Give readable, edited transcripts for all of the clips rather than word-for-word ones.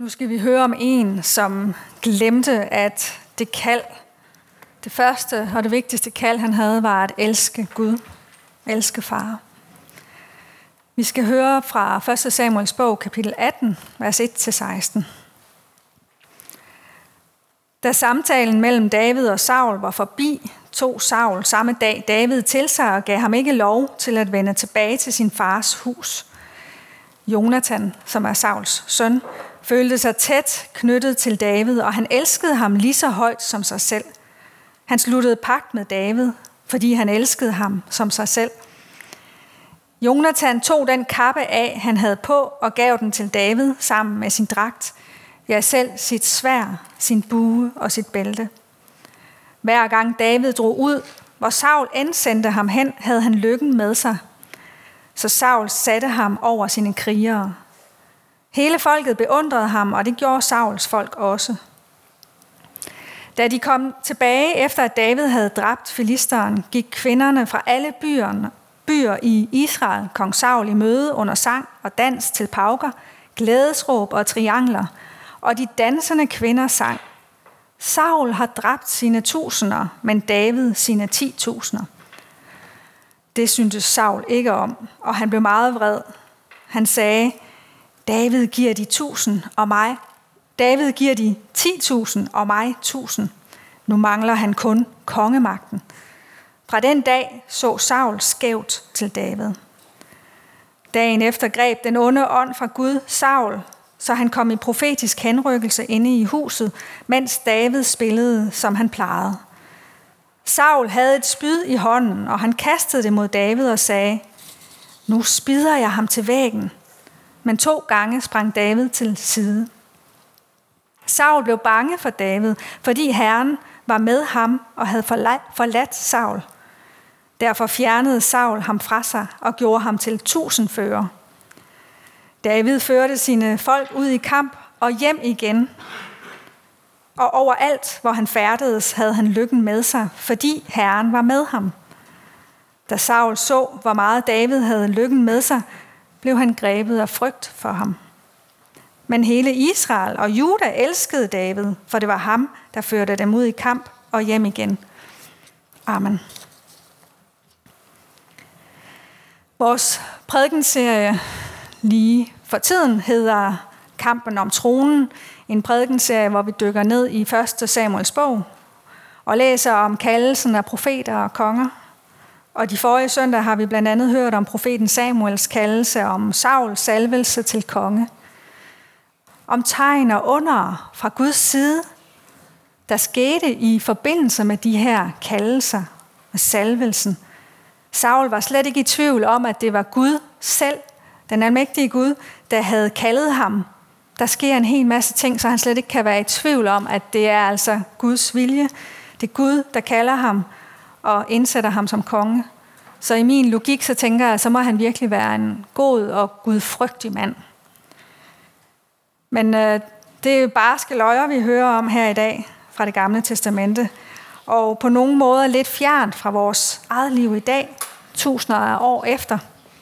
Nu skal vi høre om en, som glemte, at det kald, det første og det vigtigste kald, han havde, var at elske Gud, elske far. Vi skal høre fra 1. Samuels bog, kapitel 18, vers 1-16. Da samtalen mellem David og Saul var forbi, tog Saul samme dag David til sig og gav ham ikke lov til at vende tilbage til sin fars hus. Jonathan, som er Sauls søn, følte sig tæt knyttet til David, og han elskede ham lige så højt som sig selv. Han sluttede pagt med David, fordi han elskede ham som sig selv. Jonathan tog den kappe af, han havde på, og gav den til David sammen med sin dragt, ja selv sit sværd, sin bue og sit bælte. Hver gang David drog ud, hvor Saul end sendte ham hen, havde han lykken med sig. Så Saul satte ham over sine krigere. Hele folket beundrede ham, og det gjorde Sauls folk også. Da de kom tilbage efter, at David havde dræbt filisteren, gik kvinderne fra alle byer i Israel kong Saul i møde under sang og dans til pauker, glædesråb og triangler, og de dansende kvinder sang: Saul har dræbt sine tusinder, men David sine 10.000. Det syntes Saul ikke om, og han blev meget vred. Han sagde: David giver de 1.000 og mig. David giver de 10.000 og mig 1.000. Nu mangler han kun kongemagten. Fra den dag så Saul skævt til David. Dagen efter greb den onde ånd fra Gud Saul, så han kom i profetisk henrykkelse inde i huset, mens David spillede, som han plejede. Saul havde et spyd i hånden, og han kastede det mod David og sagde: Nu spidder jeg ham til væggen. Men 2 gange sprang David til side. Saul blev bange for David, fordi Herren var med ham og havde forladt Saul. Derfor fjernede Saul ham fra sig og gjorde ham til 1000-fører. David førte sine folk ud i kamp og hjem igen. Og overalt, hvor han færdedes, havde han lykken med sig, fordi Herren var med ham. Da Saul så, hvor meget David havde lykken med sig, blev han grebet af frygt for ham. Men hele Israel og Juda elskede David, for det var ham, der førte dem ud i kamp og hjem igen. Amen. Vores prædikenserie lige for tiden hedder Kampen om tronen. En prædikenserie, hvor vi dykker ned i 1. Samuels bog og læser om kaldelsen af profeter og konger. Og de forrige søndag har vi blandt andet hørt om profeten Samuels kaldelse, om Sauls salvelse til konge. Om tegn og under fra Guds side, der skete i forbindelse med de her kaldelser og salvelsen. Saul var slet ikke i tvivl om, at det var Gud selv, den almægtige Gud, der havde kaldet ham. Der sker en hel masse ting, så han slet ikke kan være i tvivl om, at det er altså Guds vilje. Det er Gud, der kalder ham og indsætter ham som konge. Så i min logik, så tænker jeg, så må han virkelig være en god og gudfrygtig mand. Men det er jo barske løjer, vi hører om her i dag fra Det Gamle Testamente. Og på nogle måder lidt fjernt fra vores eget liv i dag, tusinder af år efter.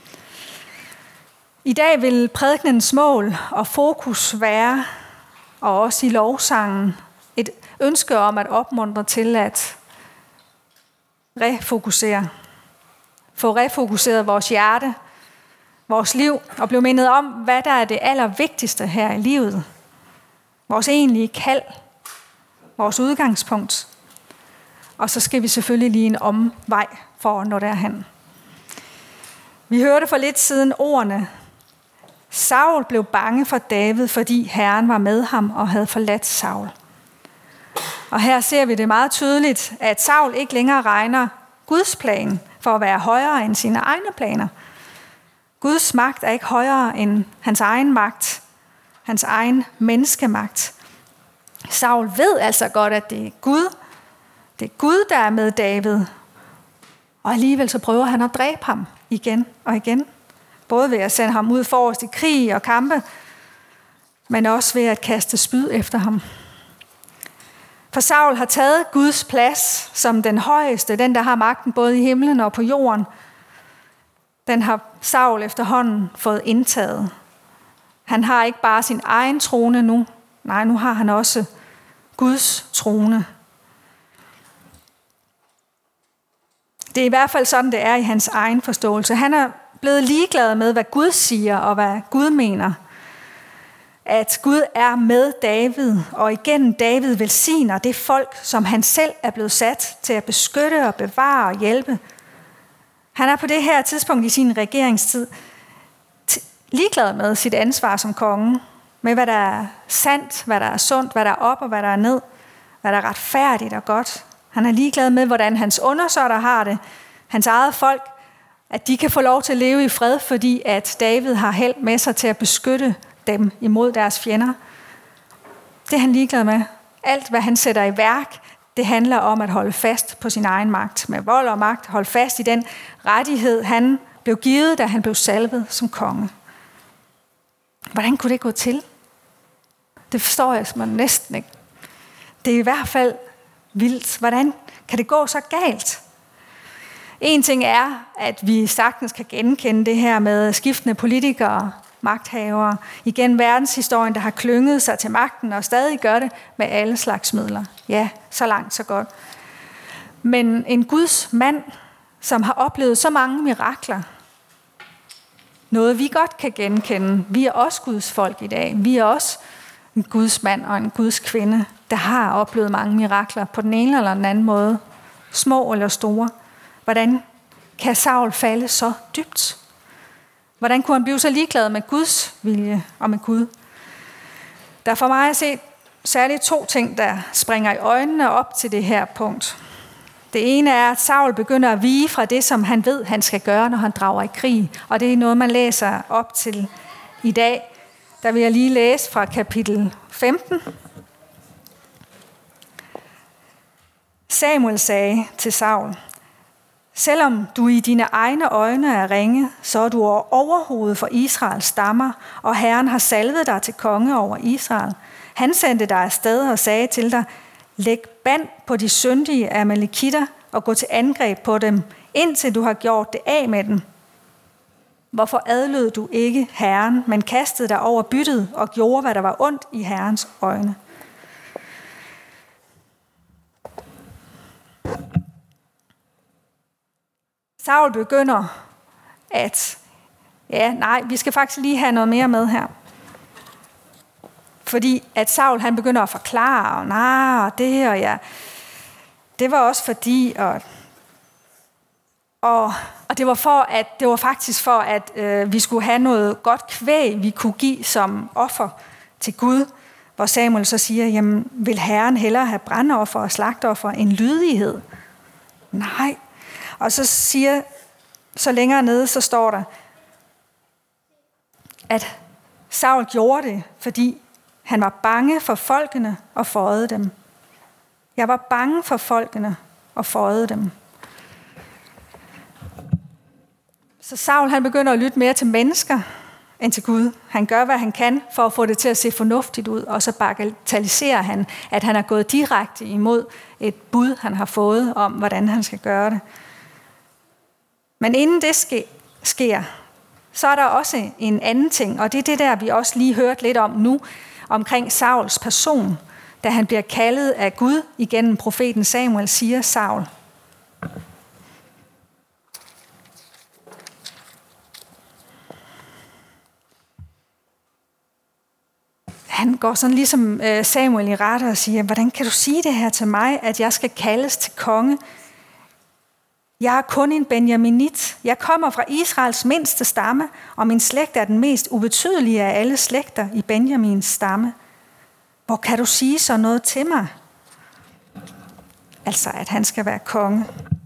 I dag vil prædikenens mål og fokus være, og også i lovsangen, et ønske om at opmuntre til at refokusere. Få refokuseret vores hjerte, vores liv, og blive mindet om, hvad der er det allervigtigste her i livet. Vores egentlige kald, vores udgangspunkt. Og så skal vi selvfølgelig lige en omvej for at nå derhen. Vi hørte for lidt siden ordene: Saul blev bange for David, fordi Herren var med ham og havde forladt Saul. Og her ser vi det meget tydeligt, at Saul ikke længere regner Guds plan for at være højere end sine egne planer. Guds magt er ikke højere end hans egen magt, hans egen menneskemagt. Saul ved altså godt, at det er Gud, der er med David. Og alligevel så prøver han at dræbe ham igen og igen. Både ved at sende ham ud forrest i krig og kampe, men også ved at kaste spyd efter ham. For Saul har taget Guds plads som den højeste, den der har magten både i himlen og på jorden. Den har Saul efterhånden fået indtaget. Han har ikke bare sin egen trone nu. Nej, nu har han også Guds trone. Det er i hvert fald sådan, det er i hans egen forståelse. Han er blevet ligeglad med, hvad Gud siger og hvad Gud mener. At Gud er med David, og igennem David velsigner det folk, som han selv er blevet sat til at beskytte og bevare og hjælpe. Han er på det her tidspunkt i sin regeringstid ligeglad med sit ansvar som konge, med hvad der er sandt, hvad der er sundt, hvad der er op og hvad der er ned, hvad der er retfærdigt og godt. Han er ligeglad med, hvordan hans undersåtter har det, hans eget folk, at de kan få lov til at leve i fred, fordi at David har held med sig til at beskytte dem imod deres fjender. Det er han ligeglad med. Alt, hvad han sætter i værk, det handler om at holde fast på sin egen magt. Med vold og magt, holde fast i den rettighed, han blev givet, da han blev salvet som konge. Hvordan kunne det gå til? Det forstår jeg næsten ikke. Det er i hvert fald vildt. Hvordan kan det gå så galt? En ting er, at vi sagtens kan genkende det her med skiftende politikere, magthavere, igen verdenshistorien, der har klynget sig til magten og stadig gør det med alle slags midler. Ja, så langt, så godt. Men en Guds mand, som har oplevet så mange mirakler, noget vi godt kan genkende. Vi er også Guds folk i dag. Vi er også en Guds mand og en Guds kvinde, der har oplevet mange mirakler på den ene eller den anden måde. Små eller store. Hvordan kan Saul falde så dybt? Hvordan kunne han blive så ligeglad med Guds vilje og med Gud? Der er for mig at se særligt 2 ting, der springer i øjnene op til det her punkt. Det ene er, at Saul begynder at vige fra det, som han ved, han skal gøre, når han drager i krig. Og det er noget, man læser op til i dag. Der vil jeg lige læse fra kapitel 15. Samuel sagde til Saul: selvom du i dine egne øjne er ringe, så er du overhovedet for Israels stammer, og Herren har salvet dig til konge over Israel. Han sendte dig afsted og sagde til dig: læg band på de syndige amalekitter og gå til angreb på dem, indtil du har gjort det af med dem. Hvorfor adlød du ikke Herren, men kastede dig over byttet og gjorde, hvad der var ondt i Herrens øjne? Saul begynder at, vi skal faktisk lige have noget mere med her. Fordi at Saul han begynder at forklare, og det og ja, det var også fordi, og det var faktisk for at vi skulle have noget godt kvæg, vi kunne give som offer til Gud. Hvor Samuel så siger, jamen vil Herren hellere have brandoffer og slagtoffer end lydighed? Nej. Og så længere nede, så står der, at Saul gjorde det, fordi han var bange for folkene og føjede dem. Jeg var bange for folkene og føjede dem. Så Saul han begynder at lytte mere til mennesker end til Gud. Han gør, hvad han kan for at få det til at se fornuftigt ud, og så bagatelliserer han, at han er gået direkte imod et bud, han har fået om, hvordan han skal gøre det. Men inden det sker, så er der også en anden ting, og det er det der, vi også lige hørte lidt om nu, omkring Sauls person, da han bliver kaldet af Gud igennem profeten Samuel, siger Saul: han går sådan ligesom Samuel i rette og siger: hvordan kan du sige det her til mig, at jeg skal kaldes til konge? Jeg er kun en benjaminit. Jeg kommer fra Israels mindste stamme, og min slægt er den mest ubetydelige af alle slægter i Benjamins stamme. Hvor kan du sige så noget til mig? Altså, at han skal være konge.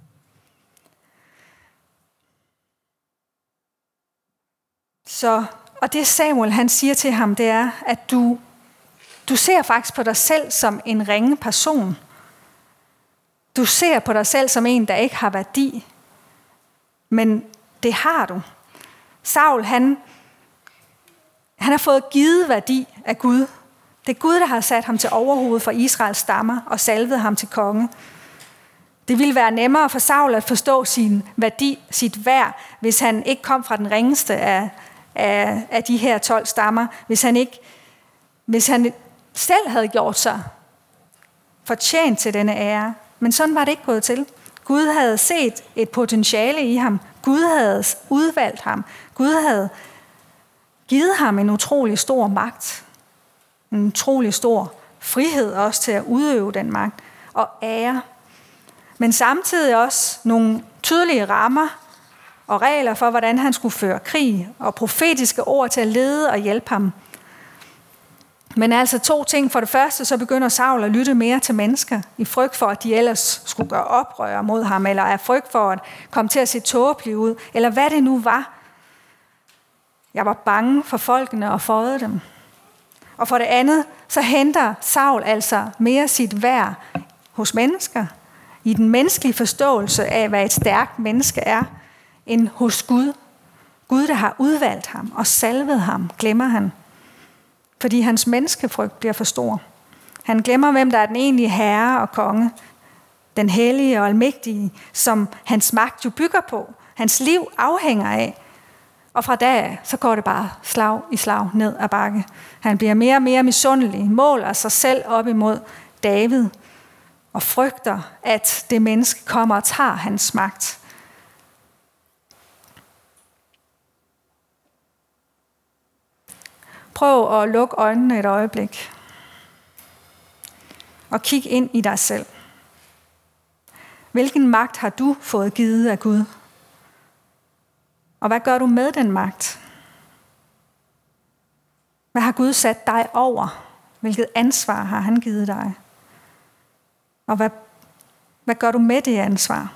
Og det Samuel han siger til ham, det er, at du ser faktisk på dig selv som en ringe person. Du ser på dig selv som en, der ikke har værdi. Men det har du. Saul, han har fået givet værdi af Gud. Det er Gud, der har sat ham til overhoved for Israels stammer og salvet ham til konge. Det ville være nemmere for Saul at forstå sin værdi, sit værd, hvis han ikke kom fra den ringeste af af de her 12 stammer, hvis han selv havde gjort sig fortjent til denne ære. Men sådan var det ikke gået til. Gud havde set et potentiale i ham. Gud havde udvalgt ham. Gud havde givet ham en utrolig stor magt. En utrolig stor frihed også til at udøve den magt og ære. Men samtidig også nogle tydelige rammer og regler for, hvordan han skulle føre krig, og profetiske ord til at lede og hjælpe ham. Men altså 2 ting. For det første, så begynder Saul at lytte mere til mennesker, i frygt for, at de ellers skulle gøre oprør mod ham, eller af frygt for at komme til at se tåbelige ud, eller hvad det nu var. Jeg var bange for folkene og føjede dem. Og for det andet, så henter Saul altså mere sit værd hos mennesker, i den menneskelige forståelse af, hvad et stærkt menneske er, end hos Gud. Gud, der har udvalgt ham og salvet ham, glemmer han. Fordi hans menneskefrygt bliver for stor. Han glemmer, hvem der er den egentlige herre og konge. Den hellige og almægtige, som hans magt jo bygger på. Hans liv afhænger af. Og fra da af, så går det bare slag i slag ned ad bakke. Han bliver mere og mere misundelig, måler sig selv op imod David, og frygter, at det menneske kommer og tager hans magt. Prøv at lukke øjnene et øjeblik. Og kig ind i dig selv. Hvilken magt har du fået givet af Gud? Og hvad gør du med den magt? Hvad har Gud sat dig over? Hvilket ansvar har han givet dig? Og hvad gør du med det ansvar?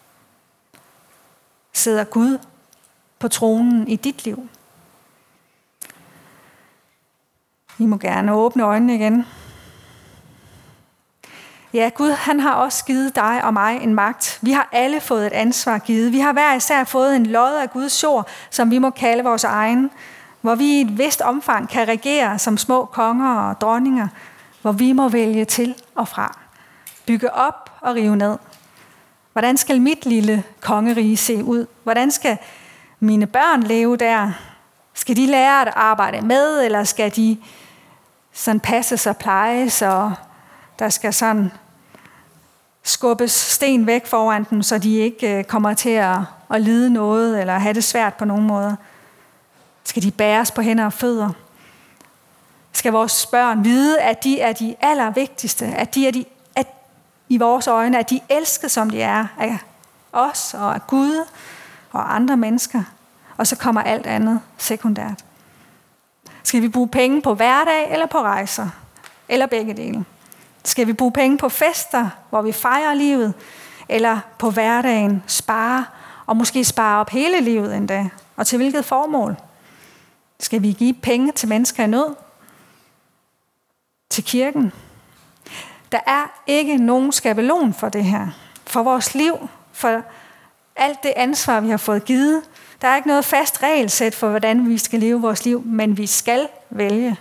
Sidder Gud på tronen i dit liv? I må gerne åbne øjnene igen. Ja, Gud, han har også givet dig og mig en magt. Vi har alle fået et ansvar givet. Vi har hver især fået en lod af Guds jord, som vi må kalde vores egen, hvor vi i et vist omfang kan regere som små konger og dronninger, hvor vi må vælge til og fra, bygge op og rive ned. Hvordan skal mit lille kongerige se ud? Hvordan skal mine børn leve der? Skal de lære at arbejde med, eller skal de sådan passes og plejes, og der skal sådan skubbes sten væk foran dem, så de ikke kommer til at lide noget, eller have det svært på nogen måder? Skal de bæres på hænder og fødder? Skal vores børn vide, at de er de allervigtigste, at i vores øjne, at de er elsket, som de er, af os og af Gud og andre mennesker, og så kommer alt andet sekundært? Skal vi bruge penge på hverdag eller på rejser? Eller begge dele? Skal vi bruge penge på fester, hvor vi fejrer livet? Eller på hverdagen spare, og måske spare op hele livet endda? Og til hvilket formål? Skal vi give penge til mennesker i nød? Til kirken? Der er ikke nogen skabelon for det her. For vores liv, for alt det ansvar, vi har fået givet. Der er ikke noget fast regelsæt for, hvordan vi skal leve vores liv, men vi skal vælge.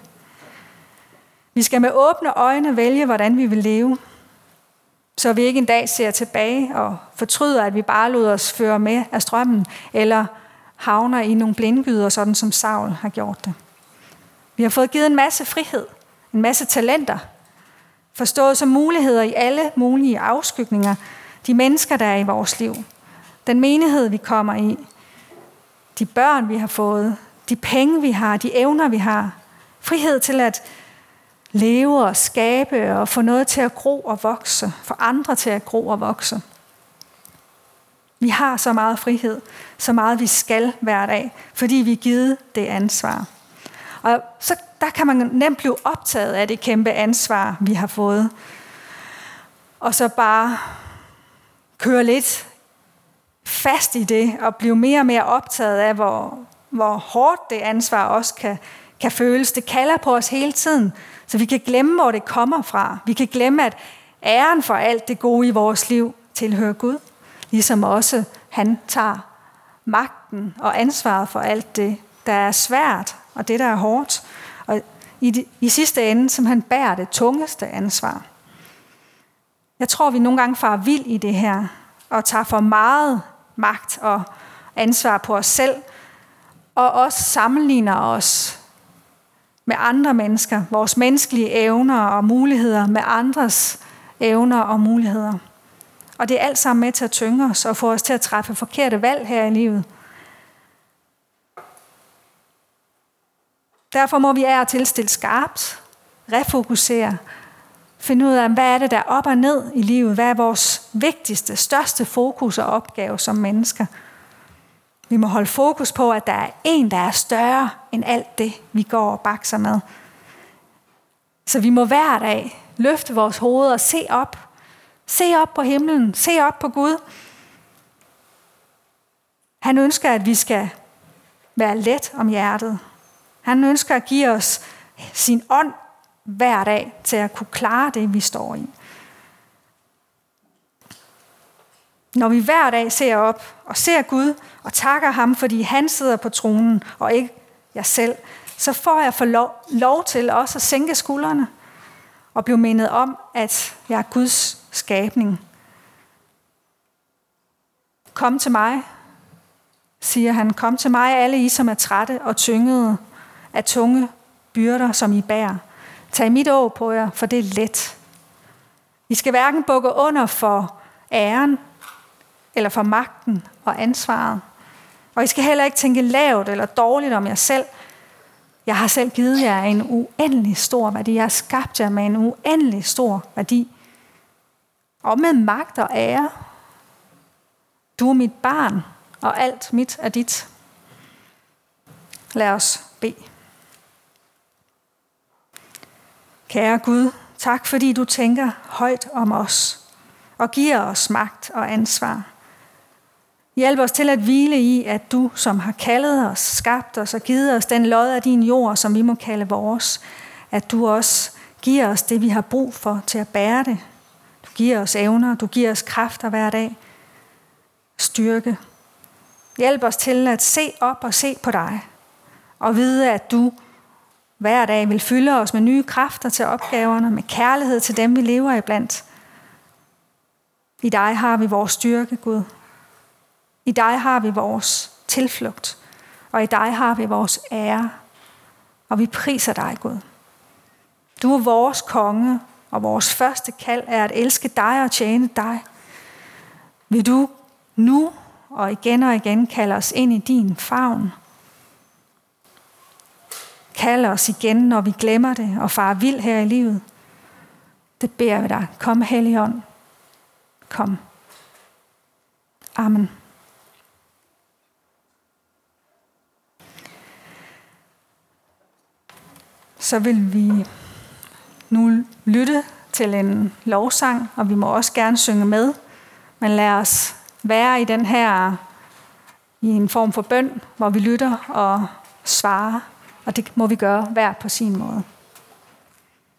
Vi skal med åbne øjne vælge, hvordan vi vil leve, så vi ikke en dag ser tilbage og fortryder, at vi bare lod os føre med af strømmen, eller havner i nogle blindgyder, sådan som Saul har gjort det. Vi har fået givet en masse frihed, en masse talenter, forstået som muligheder i alle mulige afskygninger, de mennesker, der er i vores liv, den menighed, vi kommer i, de børn, vi har fået, de penge, vi har, de evner, vi har, frihed til at leve og skabe og få noget til at gro og vokse, få andre til at gro og vokse. Vi har så meget frihed, så meget vi skal hver dag, fordi vi er givet det ansvar. Og så der kan man nemt blive optaget af det kæmpe ansvar, vi har fået. Og så bare køre lidt fast i det, og blive mere og mere optaget af, hvor hårdt det ansvar også kan føles. Det kalder på os hele tiden, så vi kan glemme, hvor det kommer fra. Vi kan glemme, at æren for alt det gode i vores liv tilhører Gud. Ligesom også han tager magten og ansvaret for alt det, der er svært, og det, der er hårdt. Og i sidste ende, som han bærer det tungeste ansvar. Jeg tror, vi nogle gange farer vild i det her, og tager for meget magt og ansvar på os selv, og også sammenligner os med andre mennesker, vores menneskelige evner og muligheder med andres evner og muligheder. Og det er alt sammen med til at tynge os og få os til at træffe forkerte valg her i livet. Derfor må vi af og til stille skarpt, refokusere, finde ud af, hvad er det, der er op og ned i livet? Hvad er vores vigtigste, største fokus og opgave som mennesker? Vi må holde fokus på, at der er en, der er større end alt det, vi går og bakser med. Så vi må hver dag løfte vores hoved og se op. Se op på himlen. Se op på Gud. Han ønsker, at vi skal være let om hjertet. Han ønsker at give os sin ånd hver dag til at kunne klare det, vi står i. Når vi hver dag ser op og ser Gud og takker ham, fordi han sidder på tronen og ikke jeg selv, så får jeg for lov til også at sænke skuldrene og blive mindet om, at jeg er Guds skabning. Kom til mig, siger han. Kom til mig, alle I, som er trætte og tyngede af tunge byrder, som I bærer. Tag mit åg på jer, for det er let. I skal hverken bukke under for æren, eller for magten og ansvaret. Og I skal heller ikke tænke lavt eller dårligt om jer selv. Jeg har selv givet jer en uendelig stor værdi. Jeg har skabt jer med en uendelig stor værdi. Og med magt og ære. Du er mit barn, og alt mit er dit. Lad os bede. Kære Gud, tak fordi du tænker højt om os og giver os magt og ansvar. Hjælp os til at hvile i, at du, som har kaldet os, skabt os og givet os den lod af din jord, som vi må kalde vores, at du også giver os det, vi har brug for til at bære det. Du giver os evner, du giver os kræfter hver dag, styrke. Hjælp os til at se op og se på dig, og vide, at du hver dag vil fylde os med nye kræfter til opgaverne, med kærlighed til dem, vi lever iblandt. I dig har vi vores styrke, Gud. I dig har vi vores tilflugt, og i dig har vi vores ære, og vi priser dig, Gud. Du er vores konge, og vores første kald er at elske dig og tjene dig. Vil du nu og igen kalde os ind i din favn? Kald os igen, når vi glemmer det og farer vild her i livet. Det beder vi dig. Kom, Helligånd. Kom. Amen. Så vil vi nu lytte til en lovsang, og vi må også gerne synge med. Men lad os være i den her, i en form for bøn, hvor vi lytter og svarer, og det må vi gøre hver på sin måde.